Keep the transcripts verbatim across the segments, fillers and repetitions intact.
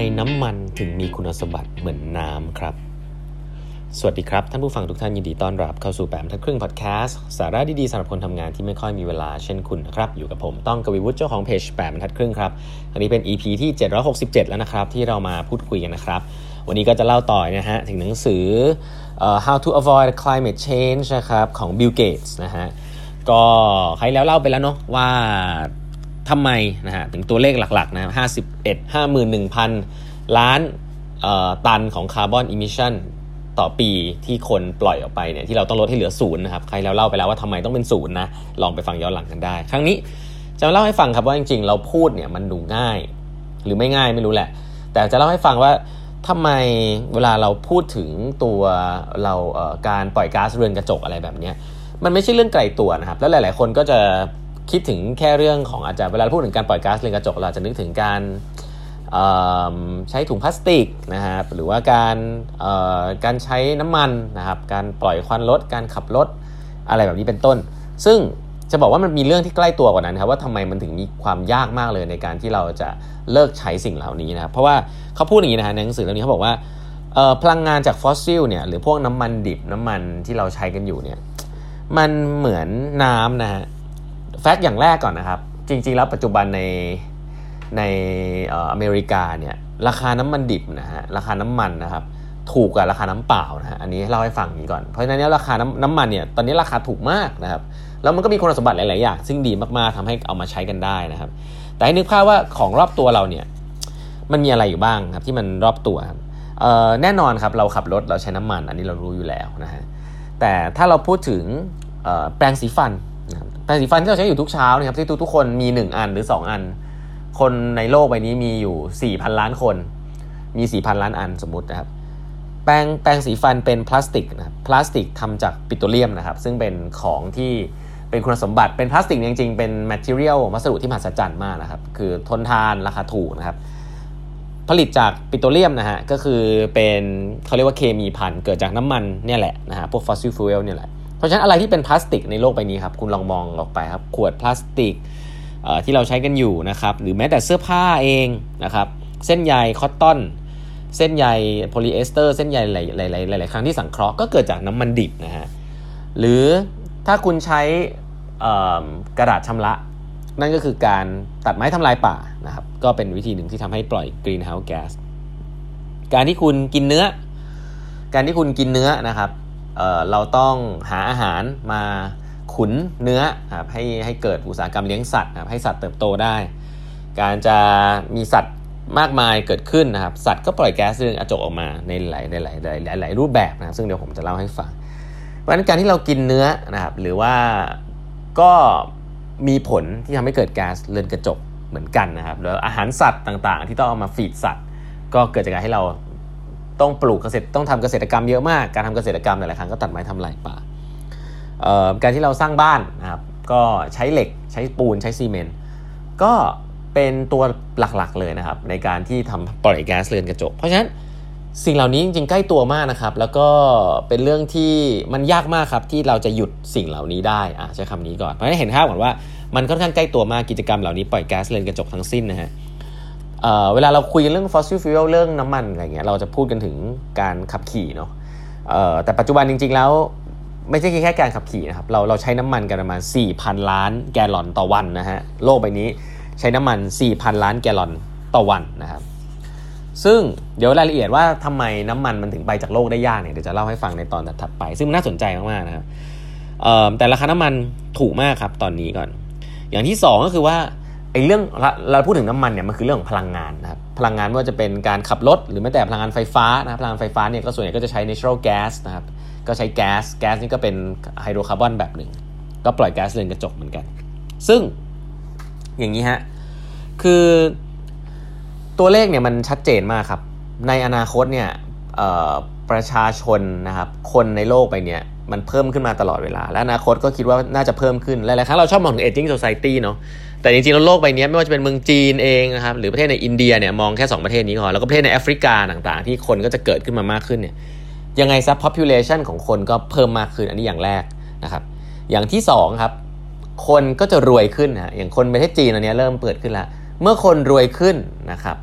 น้ำมันถึงมีคุณสมบัติเหมือนน้ำครับสวัสดีครับท่านผู้ฟังทุกท่านยินดีต้อนรับเข้าสู่แปดบรรทัดครึ่งพอดแคสต์สาระดีๆสำหรับคนทำงานที่ไม่ค่อยมีเวลาเช่นคุณนะครับอยู่กับผมต้องกวีวุฒิเจ้าของเพจแปดบรรทัดครึ่งครับอันนี้เป็น อี พี ที่เจ็ดร้อยหกสิบเจ็ดแล้วนะครับที่เรามาพูดคุยกันนะครับวันนี้ก็จะเล่าต่อนะฮะถึงหนังสือ uh, How to Avoid Climate Change นะครับของ Bill Gates นะฮะก็ใครแล้วเล่าไปแล้วเนาะว่าทำไมนะฮะถึงตัวเลขหลักๆนะห้าสิบเอ็ด ห้าหมื่นหนึ่งพัน ล้านตันของคาร์บอนอิมิชันต่อปีที่คนปล่อยออกไปเนี่ยที่เราต้องลดให้เหลือศูนย์นะครับใครแล้วเล่าไปแล้วว่าทำไมต้องเป็นศูนย์นะลองไปฟังย้อนหลังกันได้ครั้งนี้จะมาเล่าให้ฟังครับว่าจริงๆเราพูดเนี่ยมันดูง่ายหรือไม่ง่ายไม่รู้แหละแต่จะเล่าให้ฟังว่าทำไมเวลาเราพูดถึงตัวเราเอ่อการปล่อยก๊าซเรือนกระจกอะไรแบบนี้มันไม่ใช่เรื่องไกลตัวนะครับแล้วหลายๆคนก็จะคิดถึงแค่เรื่องของอาจจะเวลาพูดถึงการปล่อยก๊าซเรือนกระจกเราจะนึกถึงการใช้ถุงพลาสติกนะครับหรือว่าการการใช้น้ำมันนะครับการปล่อยควันรถการขับรถอะไรแบบนี้เป็นต้นซึ่งจะบอกว่ามันมีเรื่องที่ใกล้ตัวกว่านั้นครับว่าทำไมมันถึงมีความยากมากเลยในการที่เราจะเลิกใช้สิ่งเหล่านี้นะครับเพราะว่าเขาพูดอย่างนี้นะฮะในหนังสือเล่มนี้เขาบอกว่าพลังงานจากฟอสซิลเนี่ยหรือพวกน้ำมันดิบน้ำมันที่เราใช้กันอยู่เนี่ยมันเหมือนน้ำนะฮะแฟกต์อย่างแรกก่อนนะครับจริงๆแล้วปัจจุบันในในอเมริกาเนี่ยราคาน้ำมันดิบนะฮะราคาน้ำมันนะครับถูกกว่าราคาน้ำเปล่านะฮะอันนี้เล่าให้ฟังนี้ก่อนเพราะฉะนั้นราคาน้ำน้ำมันเนี่ยตอนนี้ราคาถูกมากนะครับแล้วมันก็มีคุณสมบัติหลายๆอย่างซึ่งดีมากๆทำให้เอามาใช้กันได้นะครับแต่ให้นึกภาพว่าของรอบตัวเราเนี่ยมันมีอะไรอยู่บ้างครับที่มันรอบตัวครับแน่นอนครับเราขับรถเราใช้น้ำมันอันนี้เรารู้อยู่แล้วนะฮะแต่ถ้าเราพูดถึงแปรงสีฟันแปรงสีฟันที่เราใช้อยู่ทุกเช้านะครับที่ทุกๆคนมีหนึ่งอันหรือสองอันคนในโลกใบนี้มีอยู่ สี่พัน ล้านคนมี สี่พัน ล้านอันสมมุตินะครับแปรงแปรงสีฟันเป็นพลาสติกนะครับพลาสติกทำจากปิโตรเลียมนะครับซึ่งเป็นของที่เป็นคุณสมบัติเป็นพลาสติกจริงๆเป็น material วัสดุที่มหัศจรรย์มากนะครับคือทนทานราคาถูกนะครับผลิตจากปิโตรเลียมนะฮะก็คือเป็นเขาเรียกว่าเคมีพันเกิดจากน้ำมันเนี่ยแหละนะฮะพวก fossil fuel เนี่ยแหละเพราะฉะนั้นอะไรที่เป็นพลาสติกในโลกใบนี้ครับคุณลองมองออกไปครับขวดพลาสติกที่เราใช้กันอยู่นะครับหรือแม้แต่เสื้อผ้าเองนะครับเส้นใยคอตตอนเส้นใยโพลีเอสเตอร์เส้นใยหลายๆหลายๆครั้งที่สังเคราะห์ก็เกิดจากน้ำมันดิบนะฮะหรือถ้าคุณใช้กระดาษชำระนั่นก็คือการตัดไม้ทำลายป่านะครับก็เป็นวิธีหนึ่งที่ทำให้ปล่อยกรีนเฮาส์แก๊สการที่คุณกินเนื้อการที่คุณกินเนื้อนะครับ เอ่อ เราต้องหาอาหารมาขุนเนื้อครับให้ให้เกิดอุตสาหกรรมเลี้ยงสัตว์นะครับให้สัตว์เติบโตได้การจะมีสัตว์มากมายเกิดขึ้นนะครับสัตว์ก็ปล่อยแก๊สเรือนกระจกออกมาในหลายหลายหลายหลายหลายรูปแบบนะซึ่งเดี๋ยวผมจะเล่าให้ฟังเพราะฉะนั้นการที่เรากินเนื้อนะครับหรือว่าก็มีผลที่ทำให้เกิดแก๊สเรือนกระจกเหมือนกันนะครับแล้วอาหารสัตว์ต่างๆที่ต้องเอามาฟีดสัตว์ก็เกิดจากการให้เราต้องปลูกเกษตรต้องทำเกษตรกรรมเยอะมากการทำเกษตรกรรมหลายๆครั้งก็ตัดไม้ทำลายป่าการที่เราสร้างบ้านนะครับก็ใช้เหล็กใช้ปูนใช้ซีเมนต์ก็เป็นตัวหลักๆเลยนะครับในการที่ทำปล่อยแก๊สเรือนกระจกเพราะฉะนั้นสิ่งเหล่านี้จริงๆใกล้ตัวมากนะครับแล้วก็เป็นเรื่องที่มันยากมากครับที่เราจะหยุดสิ่งเหล่านี้ได้อ่ะใช้คำนี้ก่อนเพราะฉะนั้นเห็นภาพก่อนว่ามันค่อนข้างใกล้ตัวมากกิจกรรมเหล่านี้ปล่อยแก๊สเรือนกระจกทั้งสิ้นนะฮะเอ่อเวลาเราคุยกันเรื่อง fossil fuel เรื่องน้ำมันอะไรเงี้ยเราจะพูดกันถึงการขับขี่เนาะเอ่อแต่ปัจจุบันจริงๆแล้วไม่ใช่แค่การขับขี่นะครับเราเราใช้น้ำมันกันประมาณ สี่พัน ล้านแกลลอนต่อวันนะฮะโลกใบนี้ใช้น้ำมัน สี่พัน ล้านแกลลอนต่อวันนะครับซึ่งเดี๋ยวรายละเอียดว่าทำไมน้ำมันมันถึงไปจากโลกได้ยากเนี่ยเดี๋ยวจะเล่าให้ฟังในตอนถัดไปซึ่งน่าสนใจมากๆนะครับเอ่อแต่ราคาน้ำมันถูกมากครับตอนนี้ก่อนอย่างที่สองก็คือว่าไอ้เรื่องเราพูดถึงน้ำมันเนี่ยมันคือเรื่องของพลังงานนะครับพลังงานไม่ว่าจะเป็นการขับรถหรือแม้แต่พลังงานไฟฟ้านะครับพลังงานไฟฟ้าเนี่ยก็ส่วนใหญ่ก็จะใช้ natural gas นะครับก็ใช้แก๊สแก๊สนี่ก็เป็นไฮโดรคาร์บอนแบบหนึ่งก็ปล่อยแก๊สเรือนกระจกเหมือนกันซึ่งอย่างนี้ฮะคือตัวเลขเนี่ยมันชัดเจนมากครับในอนาคตเนี่ยประชาชนนะครับคนในโลกไปเนี่ยมันเพิ่มขึ้นมาตลอดเวลาและอนาคตก็คิดว่าน่าจะเพิ่มขึ้นหลายๆครั้งเราชอบมองถึง aging society เนาะแต่จริงๆแล้วโลกใบนี้ไม่ว่าจะเป็นเมืองจีนเองนะครับหรือประเทศในอินเดียเนี่ยมองแค่สองประเทศนี้พอแล้วก็ประเทศในแอฟริกาต่างๆที่คนก็จะเกิดขึ้นมามากขึ้นเนี่ยยังไงซะ population ของคนก็เพิ่มมากขึ้นอันนี้อย่างแรกนะครับอย่างที่สองครับคนก็จะรวยขึ้นนะอย่างคนประเทศจีนอันนี้เริ่มเปิดขึ้นแล้วเมื่อคนรวยขึ้นนะครับ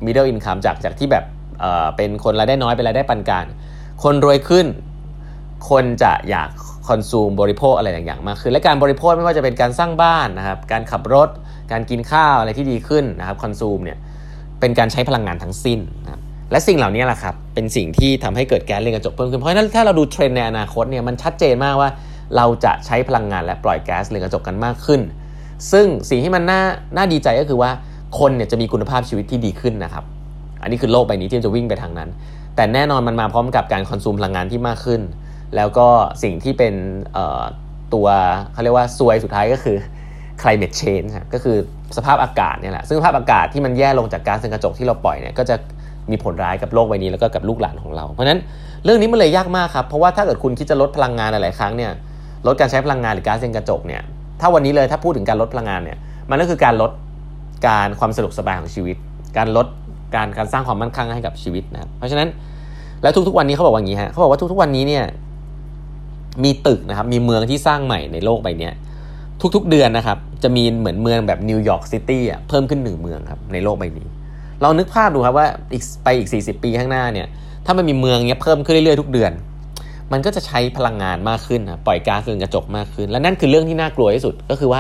middle income จากจากที่แบบเอ่อเป็นคนรายได้น้อยเป็นรายได้ปานกลางคนรวยขึ้นคนจะอยากคอนซูมบริโภคอะไรอย่างๆมากขึ้นและการบริโภคไม่ว่าจะเป็นการสร้างบ้านนะครับการขับรถการกินข้าวอะไรที่ดีขึ้นนะครับคอนซูมเนี่ยเป็นการใช้พลังงานทั้งสิ้นนะครับและสิ่งเหล่านี้แหละครับเป็นสิ่งที่ทำให้เกิดแก๊สเรือนกระจกเพิ่มขึ้นเพราะฉะนั้นถ้าเราดูเทรนด์ในอนาคตเนี่ยมันชัดเจนมากว่าเราจะใช้พลังงานและปล่อยแก๊สเรือนกระจกกันมากขึ้นซึ่งสิ่งที่มันน่าน่าดีใจก็คือว่าคนเนี่ยจะมีคุณภาพชีวิตที่ดีขึ้นนะครับอันนี้คือโลกใบนี้ที่จะวิ่งไปทางนั้นแต่แน่นอนมันมาพร้อมกับการคอนซูมพลังงานที่มากขึ้นแล้วก็สิ่งที่เป็นตัวเขาเรียกว่าซวยสุดท้ายก็คือ climate change ครับก็คือสภาพอากาศเนี่ยแหละซึ่งสภาพอากาศที่มันแย่ลงจากก๊าซเรือนกระจกที่เราปล่อยเนี่ยก็จะมีผลร้ายกับโลกใบนี้แล้วก็กับลูกหลานของเราเพราะฉะนั้นเรื่องนี้มันเลยยากมากครับเพราะว่าถ้าเกิดคุณคิดจะลดพลังงานหลายๆครั้งเนี่ยลดการใช้พลังงานหรือก๊าซเรือนกระจกเนี่ยถ้าวันนี้เลยถ้าพูดถึงการลดพลังงานเนี่ยมันก็คือการลดการความสะดวกสบายของชีวิตการลดการการสร้างความมั่นคงให้กับชีวิตนะครับเพราะฉะนั้นแล้วทุกๆวันนี้เขาบอกว่าอย่างนี้ฮะเขาบอกว่าทุกๆวันนี้เนี่ยมีตึกนะครับมีเมืองที่สร้างใหม่ในโลกใบนี้ทุกๆเดือนนะครับจะมีเหมือนเมืองแบบนิวยอร์กซิตี้อ่ะเพิ่มขึ้นหนึ่งเมืองครับในโลกใบนี้เรานึกภาพดูครับว่าอีกไปอีกสี่สิบปีข้างหน้าเนี่ยถ้ามันมีเมืองเนี้ยเพิ่มขึ้นเรื่อยๆทุกเดือนมันก็จะใช้พลังงานมากขึ้นนะปล่อยก๊าซเรือนกระจกมากขึ้นและนั่นคือเรื่องที่น่ากลัวที่สุดก็คือว่า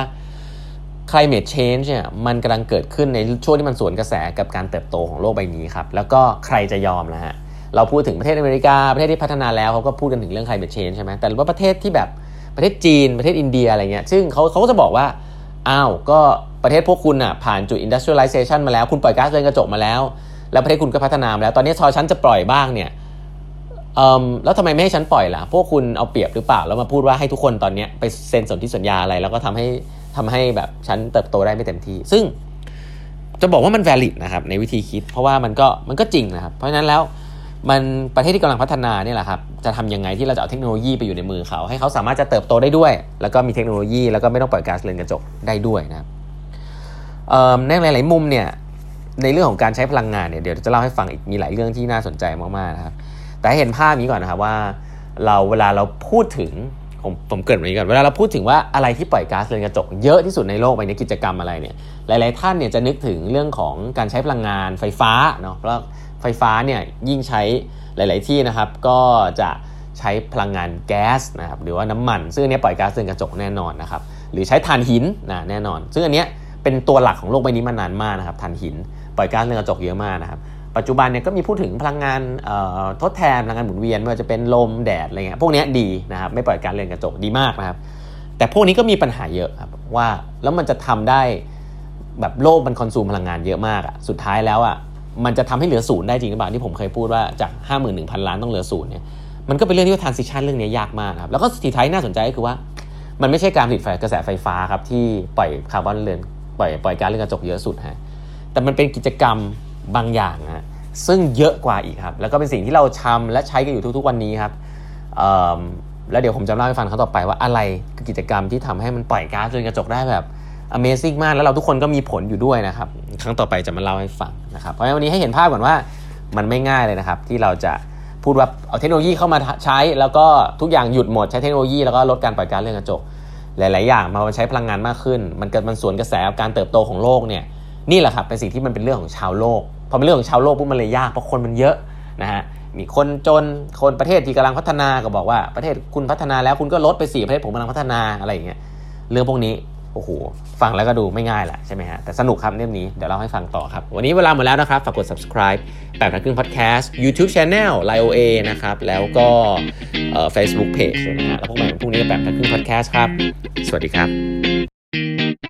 climate change เนี่ยมันกำลังเกิดขึ้นในช่วงที่มันสวนกระแสกับการเติบโตของโลกใบนี้ครับแล้วก็ใครจะยอมนะฮะเราพูดถึงประเทศอเมริกาประเทศที่พัฒนาแล้วเขาก็พูดกันถึงเรื่อง climate change ใช่ไหมแต่ว่าประเทศที่แบบประเทศจีนประเทศอินเดียอะไรเงี้ยซึ่งเขาเขาก็จะบอกว่าอ้าวก็ประเทศพวกคุณอ่ะผ่านจุด industrialization มาแล้วคุณปล่อยก๊าซเรือนกระจกมาแล้วแล้วประเทศคุณก็พัฒนามาแล้วตอนนี้ชอฉันจะปล่อยบ้างเนี่ยเอ่อแล้วทำไมไม่ให้ฉันปล่อยล่ะพวกคุณเอาเปรียบหรือเปล่าแล้วมาพูดว่าให้ทุกคนตอนนี้ไปเซ็นสนธิสัญญาอะไรแล้วก็ทำให้ทำให้แบบฉันเติบโตได้ไม่เต็มที่ซึ่งจะบอกว่ามัน valid นะครับในวิธีคิดเพราะว่ามันก็มันก็จริงนะครับเพราะฉะนั้นแล้วมันประเทศที่กำลังพัฒนาเนี่ยแหละครับจะทำยังไงที่เราจะเอาเทคโนโลยีไปอยู่ในมือเขาให้เขาสามารถจะเติบโตได้ด้วยแล้วก็มีเทคโนโลยีแล้วก็ไม่ต้องปล่อยก๊าซเรือนกระจกได้ด้วยนะครับในหลายๆมุมเนี่ยในเรื่องของการใช้พลังงานเนี่ยเดี๋ยวจะเล่าให้ฟังอีกมีหลายเรื่องที่น่าสนใจมากๆนะครับแต่ให้เห็นภาพนี้ก่อนนะครับว่าเราเวลาเราพูดถึงผมผมเกริ่นไว้ก่อนเวลาเราพูดถึงว่าอะไรที่ปล่อยก๊าซเรือนกระจกเยอะที่สุดในโลกใบนี้กิจกรรมอะไรเนี่ยหลายๆท่านเนี่ยจะนึกถึงเรื่องของการใช้พลังงานไฟฟ้าเนาะเพราะไฟฟ้าเนี่ยยิ่งใช้หลายๆที่นะครับก็จะใช้พลังงานแก๊สนะครับหรือว่าน้ำมันซึ่งอันนี้ปล่อยก๊าซเรือนกระจกแน่นอนนะครับหรือใช้ถ่านหินนะแน่นอนซึ่งอันนี้เป็นตัวหลักของโลกใบนี้มานานมากนะครับถ่านหินปล่อยก๊าซเรือนกระจกเยอะมากนะครับปัจจุบันเนี่ยก็มีพูดถึงพลังงานทดแทนพลังงานหมุนเวียนไม่ว่าจะเป็นลมแดดอะไรเงี้ยพวกนี้ดีนะครับไม่ปล่อยก๊าซเรือนกระจกดีมากนะครับแต่พวกนี้ก็มีปัญหาเยอะครับว่าแล้วมันจะทำได้แบบโลกมันคอนซูมพลังงานเยอะมากอ่ะสุดท้ายแล้วอ่ะมันจะทำให้เหลือศูนย์ได้จริงหรือเปล่าที่ผมเคยพูดว่าจาก ห้าหมื่นหนึ่งพัน ล้านต้องเหลือศูนย์เนี่ยมันก็เป็นเรื่องที่ว่า transition เรื่องนี้ยากมากครับแล้วก็สุดท้ายน่าสนใจก็คือว่ามันไม่ใช่การผลิตไฟกระแสไฟฟ้าครับที่ปล่อยคาร์บอนเรือนปล่อยปล่อยก๊าซเรือนกระจกเยอะสุดฮะแต่มันเป็นกิจกรรมบางอย่างฮะซึ่งเยอะกว่าอีกครับแล้วก็เป็นสิ่งที่เราทำและใช้กันอยู่ทุกๆวันนี้ครับแล้วเดี๋ยวผมจะเล่าให้ฟังครั้งต่อไปว่าอะไรคือกิจกรรมที่ทำให้มันปล่อยก๊าซเรือนกระจกได้แบบ Amazing มากแล้วเราทุกคนก็มีผลอยู่ด้วยนะครับครั้งต่อไปจะมาเล่าให้ฟังนะครับเพราะฉะนั้นวันนี้ให้เห็นภาพก่อนว่ามันไม่ง่ายเลยนะครับที่เราจะพูดว่าเอาเทคโนโลยีเข้ามาใช้แล้วก็ทุกอย่างหยุดหมดใช้เทคโนโลยีแล้วก็ลดการปล่อยก๊าซเรือนกระจกหลายๆอย่างมาใช้พลังงานมากขึ้นมันเกิดมันสวนกระแสการเติบโตของโลกเนี่ยนี่แหละครับเป็นสิ่งที่มันเป็นเรื่องของชาวโลกพอเป็นเรื่องของชาวโลกปุ๊บมันเลยยากเพราะคนมันเยอะนะฮะมีคนจนคนประเทศที่กำลังพัฒนาก็บอกว่าประเทศคุณพัฒนาแล้วคุณก็ลดไปสี่ประเทศผมกำลังพัฒนาอะไรอย่างเงี้ยเรื่องพวกนี้โอ้โหฟังแล้วก็ดูไม่ง่ายแหละใช่ไหมฮะแต่สนุกครับเรื่องนี้เดี๋ยวเล่าให้ฟังต่อครับวันนี้เวลาหมดแล้วนะครับฝากกด subscribe แปดพันครึ่ง podcast YouTube channel ไลน์ โอ เอ นะครับแล้วก็เอ่อ Facebook page เลยนะฮะแล้วพวกมันพรุ่งนี้แปดพันครึ่ง podcast ครับสวัสดีครับ